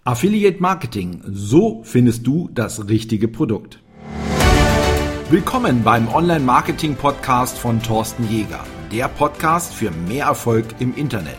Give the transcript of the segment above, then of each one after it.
Affiliate Marketing, so findest du das richtige Produkt. Willkommen beim Online-Marketing-Podcast von Thorsten Jäger, der Podcast für mehr Erfolg im Internet.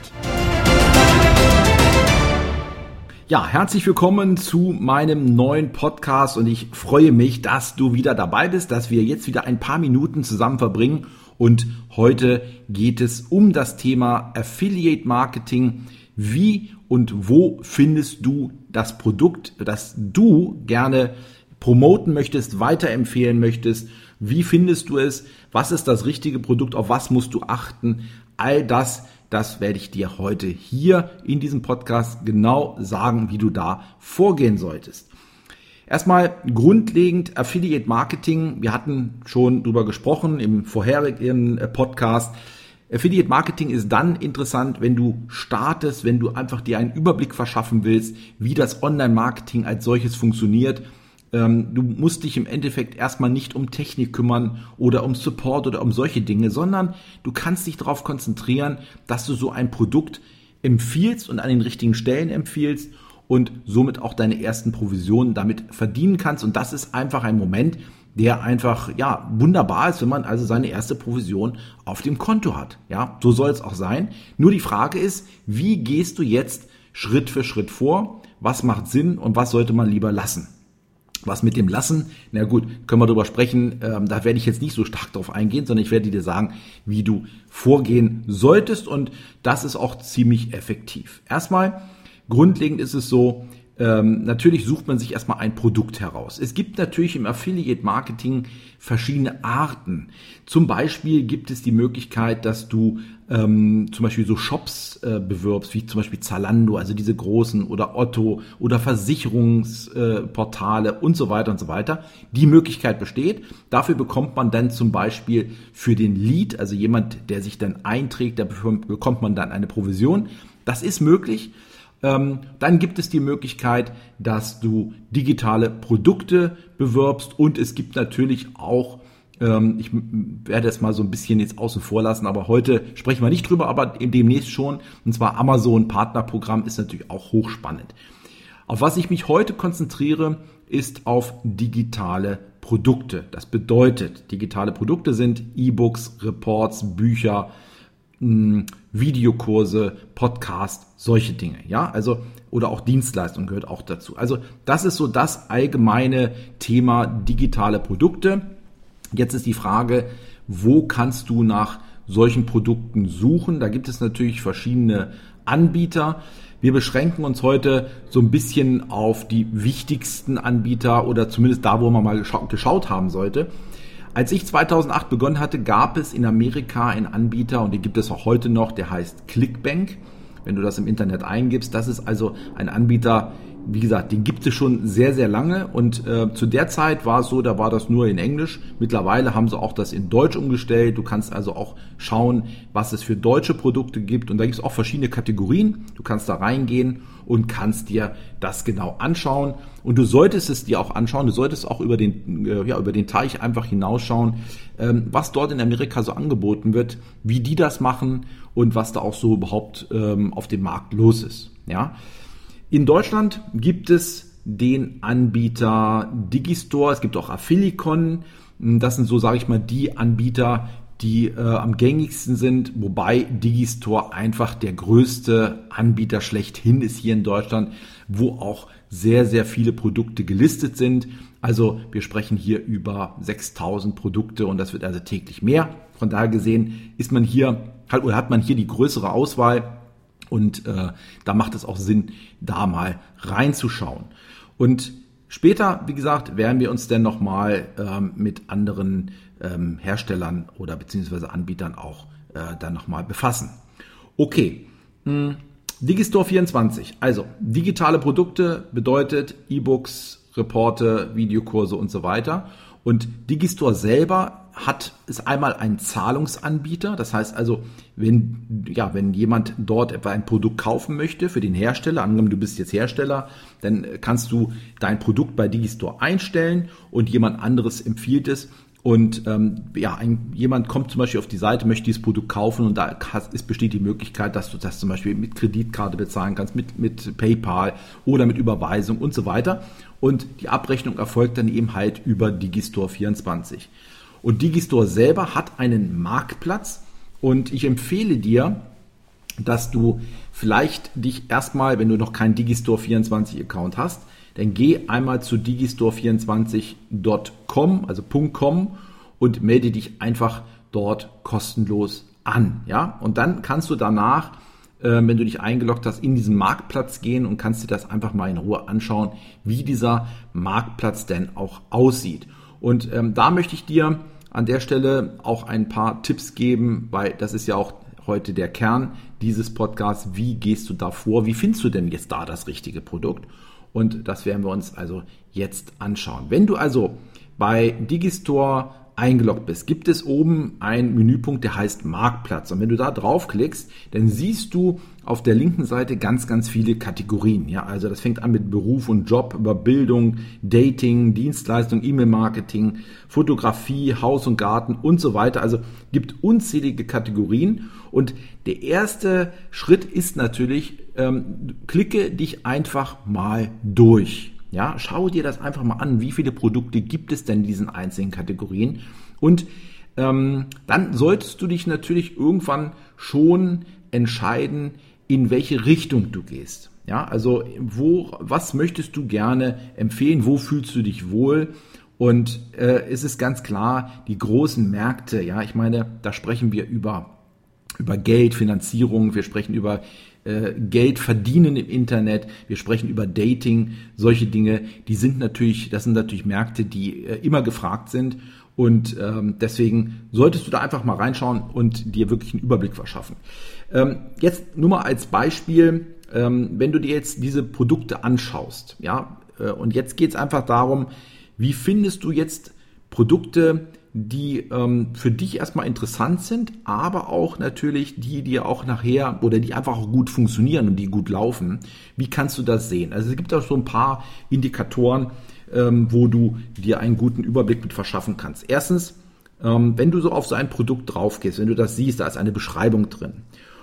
Ja, herzlich willkommen zu meinem neuen Podcast und ich freue mich, dass du wieder dabei bist, dass wir jetzt wieder ein paar Minuten zusammen verbringen und heute geht es um das Thema Affiliate Marketing. Wie und wo findest du das Produkt, das du gerne promoten möchtest, weiterempfehlen möchtest? Wie findest du es? Was ist das richtige Produkt? Auf was musst du achten? All das werde ich dir heute hier in diesem Podcast genau sagen, wie du da vorgehen solltest. Erstmal grundlegend Affiliate Marketing. Wir hatten schon drüber gesprochen im vorherigen Podcast. Affiliate Marketing ist dann interessant, wenn du startest, wenn du einfach dir einen Überblick verschaffen willst, wie das Online-Marketing als solches funktioniert. Du musst dich im Endeffekt erstmal nicht um Technik kümmern oder um Support oder um solche Dinge, sondern du kannst dich darauf konzentrieren, dass du so ein Produkt empfiehlst und an den richtigen Stellen empfiehlst und somit auch deine ersten Provisionen damit verdienen kannst. Und das ist einfach ein Moment, der einfach wunderbar ist, wenn man also seine erste Provision auf dem Konto hat. Ja, so soll es auch sein. Nur die Frage ist, wie gehst du jetzt Schritt für Schritt vor? Was macht Sinn und was sollte man lieber lassen? Was mit dem Lassen, na gut, können wir drüber sprechen, da werde ich jetzt nicht so stark drauf eingehen, sondern ich werde dir sagen, wie du vorgehen solltest und das ist auch ziemlich effektiv. Erstmal, grundlegend ist es so, natürlich sucht man sich erstmal ein Produkt heraus. Es gibt natürlich im Affiliate Marketing verschiedene Arten. Zum Beispiel gibt es die Möglichkeit, dass du zum Beispiel so Shops bewirbst, wie zum Beispiel Zalando, also diese großen oder Otto oder Versicherungsportale und so weiter und so weiter. Die Möglichkeit besteht. Dafür bekommt man dann zum Beispiel für den Lead, also jemand, der sich dann einträgt, da bekommt man dann eine Provision. Das ist möglich. Dann gibt es die Möglichkeit, dass du digitale Produkte bewirbst und es gibt natürlich auch, ich werde es mal so ein bisschen jetzt außen vor lassen, aber heute sprechen wir nicht drüber, aber demnächst schon, und zwar Amazon Partnerprogramm ist natürlich auch hochspannend. Auf was ich mich heute konzentriere, ist auf digitale Produkte. Das bedeutet, digitale Produkte sind E-Books, Reports, Bücher, Videokurse, Podcast, solche Dinge, ja, also oder auch Dienstleistung gehört auch dazu. Also das ist so das allgemeine Thema digitale Produkte. Jetzt ist die Frage, wo kannst du nach solchen Produkten suchen? Da gibt es natürlich verschiedene Anbieter. Wir beschränken uns heute so ein bisschen auf die wichtigsten Anbieter oder zumindest da, wo man mal geschaut haben sollte. Als ich 2008 begonnen hatte, gab es in Amerika einen Anbieter und den gibt es auch heute noch, der heißt ClickBank. Wenn du das im Internet eingibst, das ist also ein Anbieter, wie gesagt, den gibt es schon sehr, sehr lange und zu der Zeit war es so, da war das nur in Englisch. Mittlerweile haben sie auch das in Deutsch umgestellt. Du kannst also auch schauen, was es für deutsche Produkte gibt und da gibt es auch verschiedene Kategorien. Du kannst da reingehen und kannst dir das genau anschauen und du solltest es dir auch anschauen. Du solltest auch über den Teich einfach hinausschauen, was dort in Amerika so angeboten wird, wie die das machen und was da auch so überhaupt auf dem Markt los ist. Ja. In Deutschland gibt es den Anbieter Digistore, es gibt auch Affilicon, das sind so, sage ich mal, die Anbieter, die am gängigsten sind, wobei Digistore einfach der größte Anbieter schlechthin ist hier in Deutschland, wo auch sehr, sehr viele Produkte gelistet sind. Also wir sprechen hier über 6.000 Produkte und das wird also täglich mehr. Von daher gesehen hat man hier die größere Auswahl. Und da macht es auch Sinn, da mal reinzuschauen. Und später, wie gesagt, werden wir uns dann nochmal mit anderen Herstellern oder beziehungsweise Anbietern auch dann nochmal befassen. Okay, Digistore 24, also digitale Produkte bedeutet E-Books, Reporte, Videokurse und so weiter. Und Digistore selber ist einmal ein Zahlungsanbieter. Das heißt also, wenn jemand dort etwa ein Produkt kaufen möchte für den Hersteller, angenommen du bist jetzt Hersteller, dann kannst du dein Produkt bei Digistore einstellen und jemand anderes empfiehlt es Und jemand kommt zum Beispiel auf die Seite, möchte dieses Produkt kaufen und da besteht die Möglichkeit, dass du das zum Beispiel mit Kreditkarte bezahlen kannst, mit PayPal oder mit Überweisung und so weiter. Und die Abrechnung erfolgt dann eben halt über Digistore24. Und Digistore selber hat einen Marktplatz und ich empfehle dir, dass du vielleicht dich erstmal, wenn du noch keinen Digistore24-Account hast, dann geh einmal zu digistore24.com, also .com und melde dich einfach dort kostenlos an. Ja? Und dann kannst du danach, wenn du dich eingeloggt hast, in diesen Marktplatz gehen und kannst dir das einfach mal in Ruhe anschauen, wie dieser Marktplatz denn auch aussieht. Und da möchte ich dir an der Stelle auch ein paar Tipps geben, weil das ist ja auch heute der Kern dieses Podcasts. Wie gehst du da vor? Wie findest du denn jetzt da das richtige Produkt? Und das werden wir uns also jetzt anschauen. Wenn du also bei Digistore eingeloggt bist, gibt es oben einen Menüpunkt, der heißt Marktplatz. Und wenn du da draufklickst, dann siehst du auf der linken Seite ganz, ganz viele Kategorien. Ja, also das fängt an mit Beruf und Job, über Bildung, Dating, Dienstleistung, E-Mail-Marketing, Fotografie, Haus und Garten und so weiter. Also gibt unzählige Kategorien. Und der erste Schritt ist natürlich, klicke dich einfach mal durch. Ja, schau dir das einfach mal an, wie viele Produkte gibt es denn in diesen einzelnen Kategorien und dann solltest du dich natürlich irgendwann schon entscheiden, in welche Richtung du gehst. Ja, also was möchtest du gerne empfehlen, wo fühlst du dich wohl? Und es ist ganz klar, die großen Märkte, ja, ich meine, da sprechen wir über Geld, Finanzierung, wir sprechen über Geld verdienen im Internet, wir sprechen über Dating, solche Dinge, das sind natürlich Märkte, die immer gefragt sind und deswegen solltest du da einfach mal reinschauen und dir wirklich einen Überblick verschaffen. Jetzt nur mal als Beispiel, wenn du dir jetzt diese Produkte anschaust, ja, und jetzt geht es einfach darum, wie findest du jetzt Produkte, die für dich erstmal interessant sind, aber auch natürlich die, die auch nachher oder die einfach auch gut funktionieren und die gut laufen. Wie kannst du das sehen? Also es gibt auch so ein paar Indikatoren, wo du dir einen guten Überblick mit verschaffen kannst. Erstens, wenn du so auf so ein Produkt drauf gehst, wenn du das siehst, da ist eine Beschreibung drin.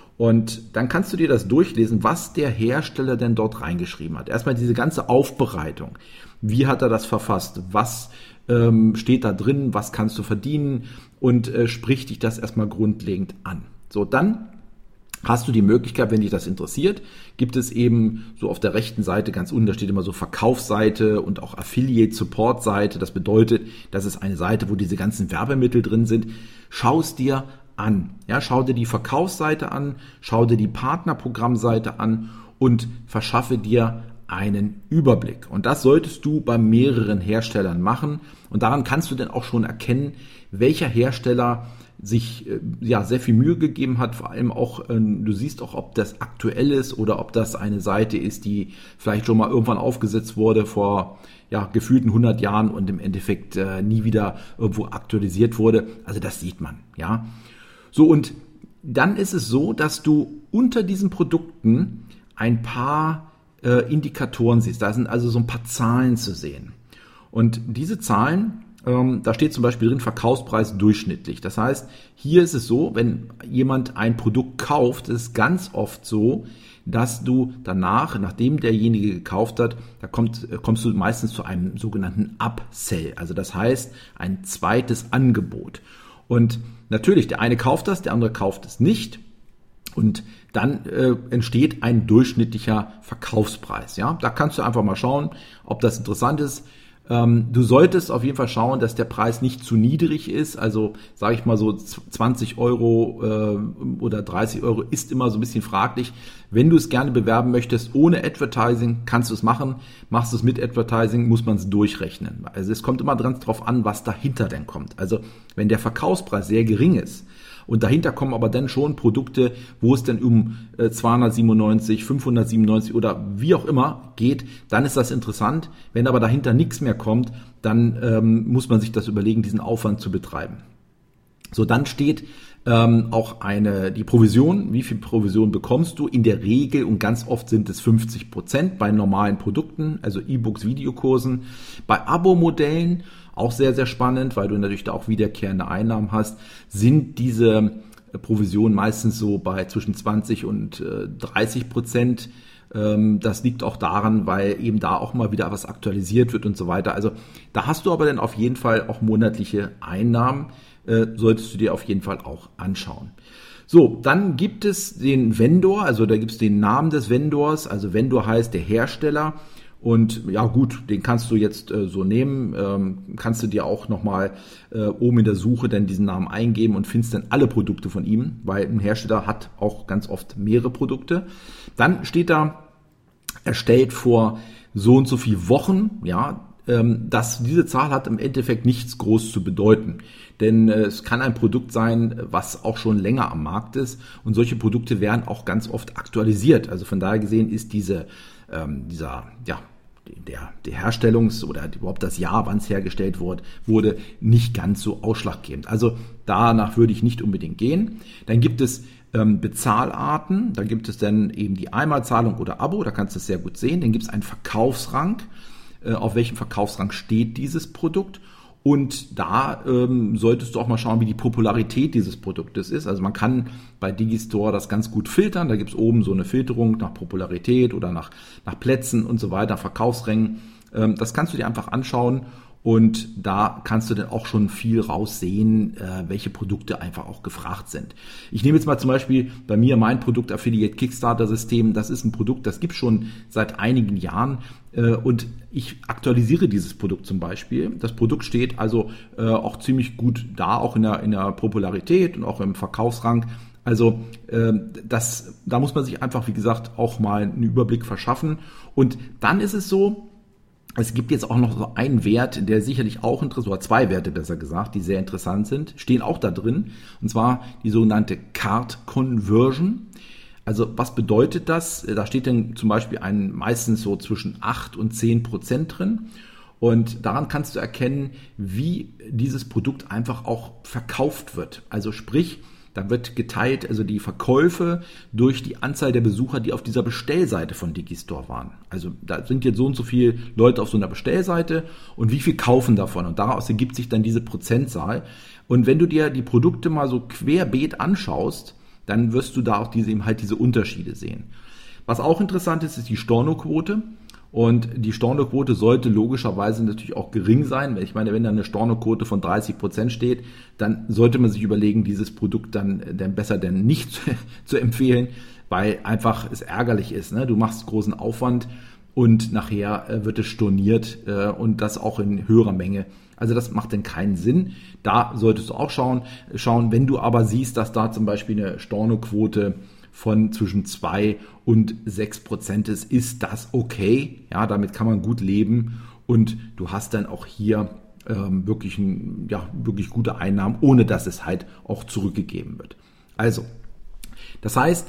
Und dann kannst du dir das durchlesen, was der Hersteller denn dort reingeschrieben hat. Erstmal diese ganze Aufbereitung. Wie hat er das verfasst? Was steht da drin? Was kannst du verdienen? Und spricht dich das erstmal grundlegend an. So, dann hast du die Möglichkeit, wenn dich das interessiert, gibt es eben so auf der rechten Seite ganz unten, da steht immer so Verkaufsseite und auch Affiliate-Support-Seite. Das bedeutet, das ist eine Seite, wo diese ganzen Werbemittel drin sind. Schau es dir an. Ja, schau dir die Verkaufsseite an, schau dir die Partnerprogrammseite an und verschaffe dir einen Überblick. Und das solltest du bei mehreren Herstellern machen. Und daran kannst du dann auch schon erkennen, welcher Hersteller sich sehr viel Mühe gegeben hat. Vor allem auch, du siehst auch, ob das aktuell ist oder ob das eine Seite ist, die vielleicht schon mal irgendwann aufgesetzt wurde vor gefühlten 100 Jahren und im Endeffekt nie wieder irgendwo aktualisiert wurde. Also das sieht man, ja. So, und dann ist es so, dass du unter diesen Produkten ein paar Indikatoren siehst. Da sind also so ein paar Zahlen zu sehen. Und diese Zahlen, da steht zum Beispiel drin Verkaufspreis durchschnittlich. Das heißt, hier ist es so, wenn jemand ein Produkt kauft, ist es ganz oft so, dass du danach, nachdem derjenige gekauft hat, kommst du meistens zu einem sogenannten Upsell. Also das heißt, ein zweites Angebot. Und natürlich, der eine kauft das, der andere kauft es nicht. Und dann entsteht ein durchschnittlicher Verkaufspreis. Ja, da kannst du einfach mal schauen, ob das interessant ist. Du solltest auf jeden Fall schauen, dass der Preis nicht zu niedrig ist. Also sage ich mal so 20 Euro oder 30 Euro ist immer so ein bisschen fraglich. Wenn du es gerne bewerben möchtest ohne Advertising, kannst du es machen. Machst du es mit Advertising, muss man es durchrechnen. Also es kommt immer drauf an, was dahinter denn kommt. Also wenn der Verkaufspreis sehr gering ist, und dahinter kommen aber dann schon Produkte, wo es dann um 297, 597 oder wie auch immer geht, dann ist das interessant. Wenn aber dahinter nichts mehr kommt, dann muss man sich das überlegen, diesen Aufwand zu betreiben. So, dann steht auch die Provision. Wie viel Provision bekommst du? In der Regel und ganz oft sind es 50% bei normalen Produkten, also E-Books, Videokursen. Bei Abo-Modellen Auch sehr, sehr spannend, weil du natürlich da auch wiederkehrende Einnahmen hast. Sind diese Provisionen meistens so bei zwischen 20 und 30%. Das liegt auch daran, weil eben da auch mal wieder was aktualisiert wird und so weiter. Also da hast du aber dann auf jeden Fall auch monatliche Einnahmen, solltest du dir auf jeden Fall auch anschauen. So, dann gibt es den Vendor, also da gibt es den Namen des Vendors, also Vendor heißt der Hersteller. Und ja gut, den kannst du jetzt so nehmen, kannst du dir auch nochmal oben in der Suche dann diesen Namen eingeben und findest dann alle Produkte von ihm, weil ein Hersteller hat auch ganz oft mehrere Produkte. Dann steht da, erstellt vor so und so viel Wochen, ja, diese Zahl hat im Endeffekt nichts groß zu bedeuten. Denn es kann ein Produkt sein, was auch schon länger am Markt ist und solche Produkte werden auch ganz oft aktualisiert. Also von daher gesehen ist der Herstellungs- oder überhaupt das Jahr, wann es hergestellt wurde, nicht ganz so ausschlaggebend. Also danach würde ich nicht unbedingt gehen. Dann gibt es Bezahlarten, da gibt es dann eben die Einmalzahlung oder Abo, da kannst du es sehr gut sehen. Dann gibt es einen Verkaufsrang, auf welchem Verkaufsrang steht dieses Produkt. Und da solltest du auch mal schauen, wie die Popularität dieses Produktes ist. Also man kann bei Digistore das ganz gut filtern. Da gibt es oben so eine Filterung nach Popularität oder nach Plätzen und so weiter, Verkaufsrängen. Das kannst du dir einfach anschauen und da kannst du dann auch schon viel raussehen, welche Produkte einfach auch gefragt sind. Ich nehme jetzt mal zum Beispiel bei mir mein Produkt Affiliate Kickstarter System. Das ist ein Produkt, das gibt es schon seit einigen Jahren. Und ich aktualisiere dieses Produkt zum Beispiel. Das Produkt steht also auch ziemlich gut da, auch in der Popularität und auch im Verkaufsrang. Also da muss man sich einfach, wie gesagt, auch mal einen Überblick verschaffen. Und dann ist es so, es gibt jetzt auch noch so einen Wert, der sicherlich auch interessant, oder zwei Werte besser gesagt, die sehr interessant sind, stehen auch da drin. Und zwar die sogenannte Cart Conversion. Also was bedeutet das? Da steht dann zum Beispiel meistens so zwischen 8 und 10% drin. Und daran kannst du erkennen, wie dieses Produkt einfach auch verkauft wird. Also sprich, da wird geteilt, also die Verkäufe durch die Anzahl der Besucher, die auf dieser Bestellseite von Digistore waren. Also da sind jetzt so und so viele Leute auf so einer Bestellseite und wie viel kaufen davon? Und daraus ergibt sich dann diese Prozentzahl. Und wenn du dir die Produkte mal so querbeet anschaust, dann wirst du da auch diese Unterschiede sehen. Was auch interessant ist, ist die Stornoquote. Und die Stornoquote sollte logischerweise natürlich auch gering sein. Ich meine, wenn da eine Stornoquote von 30% steht, dann sollte man sich überlegen, dieses Produkt dann besser denn nicht zu empfehlen, weil einfach es ärgerlich ist. Ne? Du machst großen Aufwand und nachher wird es storniert und das auch in höherer Menge. Also das macht dann keinen Sinn. Da solltest du auch schauen. Wenn du aber siehst, dass da zum Beispiel eine Stornoquote von zwischen 2 und 6% ist das okay. Ja, damit kann man gut leben und du hast dann auch hier wirklich gute Einnahmen, ohne dass es halt auch zurückgegeben wird. Also, das heißt,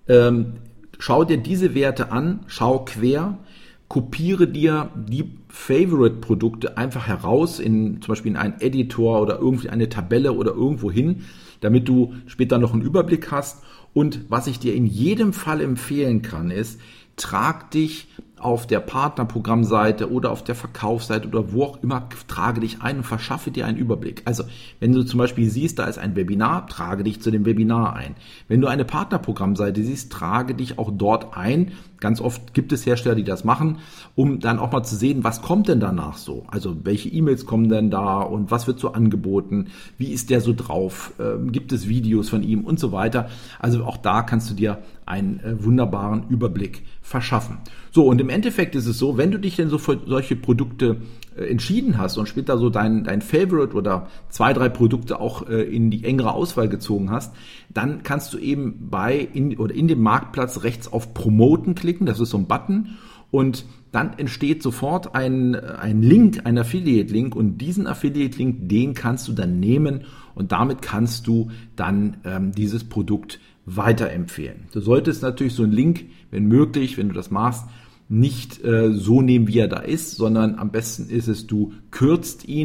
schau dir diese Werte an, schau quer, kopiere dir die Favorite-Produkte einfach heraus, zum Beispiel in einen Editor oder irgendwie eine Tabelle oder irgendwo hin, damit du später noch einen Überblick hast. Und was ich dir in jedem Fall empfehlen kann, ist, trag dich auf der Partnerprogrammseite oder auf der Verkaufsseite oder wo auch immer, trage dich ein und verschaffe dir einen Überblick. Also, wenn du zum Beispiel siehst, da ist ein Webinar, trage dich zu dem Webinar ein. Wenn du eine Partnerprogrammseite siehst, trage dich auch dort ein. Ganz oft gibt es Hersteller, die das machen, um dann auch mal zu sehen, was kommt denn danach so? Also, welche E-Mails kommen denn da und was wird so angeboten? Wie ist der so drauf? Gibt es Videos von ihm und so weiter? Also, auch da kannst du dir einen wunderbaren Überblick verschaffen. So, und im Endeffekt ist es so, wenn du dich denn so für solche Produkte entschieden hast und später so dein Favorite oder 2, 3 Produkte auch in die engere Auswahl gezogen hast, dann kannst du eben in dem Marktplatz rechts auf Promoten klicken, das ist so ein Button, und dann entsteht sofort ein Link, ein Affiliate-Link, und diesen Affiliate-Link, den kannst du dann nehmen und damit kannst du dann dieses Produkt weiterempfehlen. Du solltest natürlich so einen Link, wenn möglich, wenn du das machst, nicht so nehmen, wie er da ist, sondern am besten ist es, du kürzt ihn,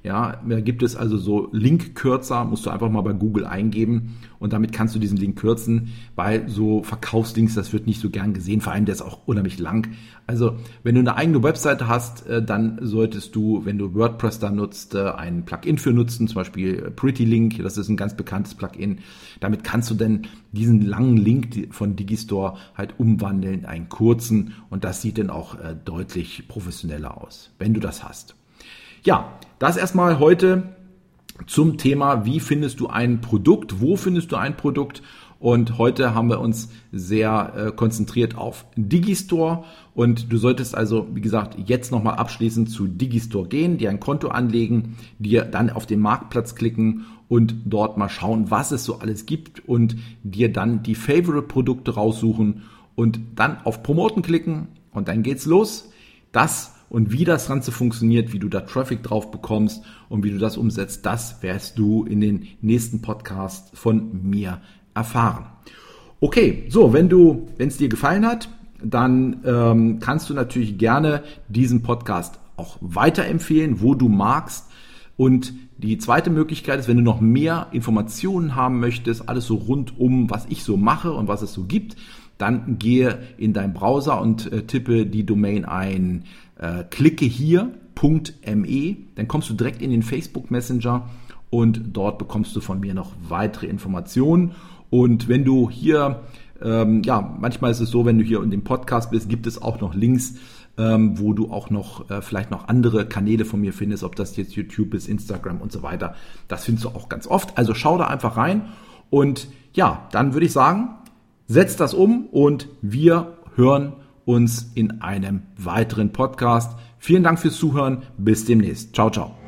Ja, da gibt es also so Linkkürzer, musst du einfach mal bei Google eingeben und damit kannst du diesen Link kürzen, weil so Verkaufslinks, das wird nicht so gern gesehen, vor allem der ist auch unheimlich lang. Also wenn du eine eigene Webseite hast, dann solltest du, wenn du WordPress da nutzt, ein Plugin für nutzen, zum Beispiel PrettyLink, das ist ein ganz bekanntes Plugin. Damit kannst du dann diesen langen Link von Digistore halt umwandeln in einen kurzen und das sieht dann auch deutlich professioneller aus, wenn du das hast. Ja, das erstmal heute zum Thema, wie findest du ein Produkt, wo findest du ein Produkt? Und heute haben wir uns sehr konzentriert auf Digistore und du solltest also, wie gesagt, jetzt nochmal abschließend zu Digistore gehen, dir ein Konto anlegen, dir dann auf den Marktplatz klicken und dort mal schauen, was es so alles gibt und dir dann die Favorite-Produkte raussuchen und dann auf Promoten klicken und dann geht's los. Das und wie das Ganze funktioniert, wie du da Traffic drauf bekommst und wie du das umsetzt, das wirst du in den nächsten Podcasts von mir erfahren. Okay, so, wenn es dir gefallen hat, dann kannst du natürlich gerne diesen Podcast auch weiterempfehlen, wo du magst. Und die zweite Möglichkeit ist, wenn du noch mehr Informationen haben möchtest, alles so rund um, was ich so mache und was es so gibt, dann gehe in deinen Browser und tippe die Domain ein, klicke hier.me, dann kommst du direkt in den Facebook Messenger und dort bekommst du von mir noch weitere Informationen. Und wenn du hier, manchmal ist es so, wenn du hier in dem Podcast bist, gibt es auch noch Links, wo du auch noch vielleicht noch andere Kanäle von mir findest, ob das jetzt YouTube ist, Instagram und so weiter. Das findest du auch ganz oft. Also schau da einfach rein und ja, dann würde ich sagen, setz das um und wir hören uns in einem weiteren Podcast. Vielen Dank fürs Zuhören. Bis demnächst. Ciao, ciao.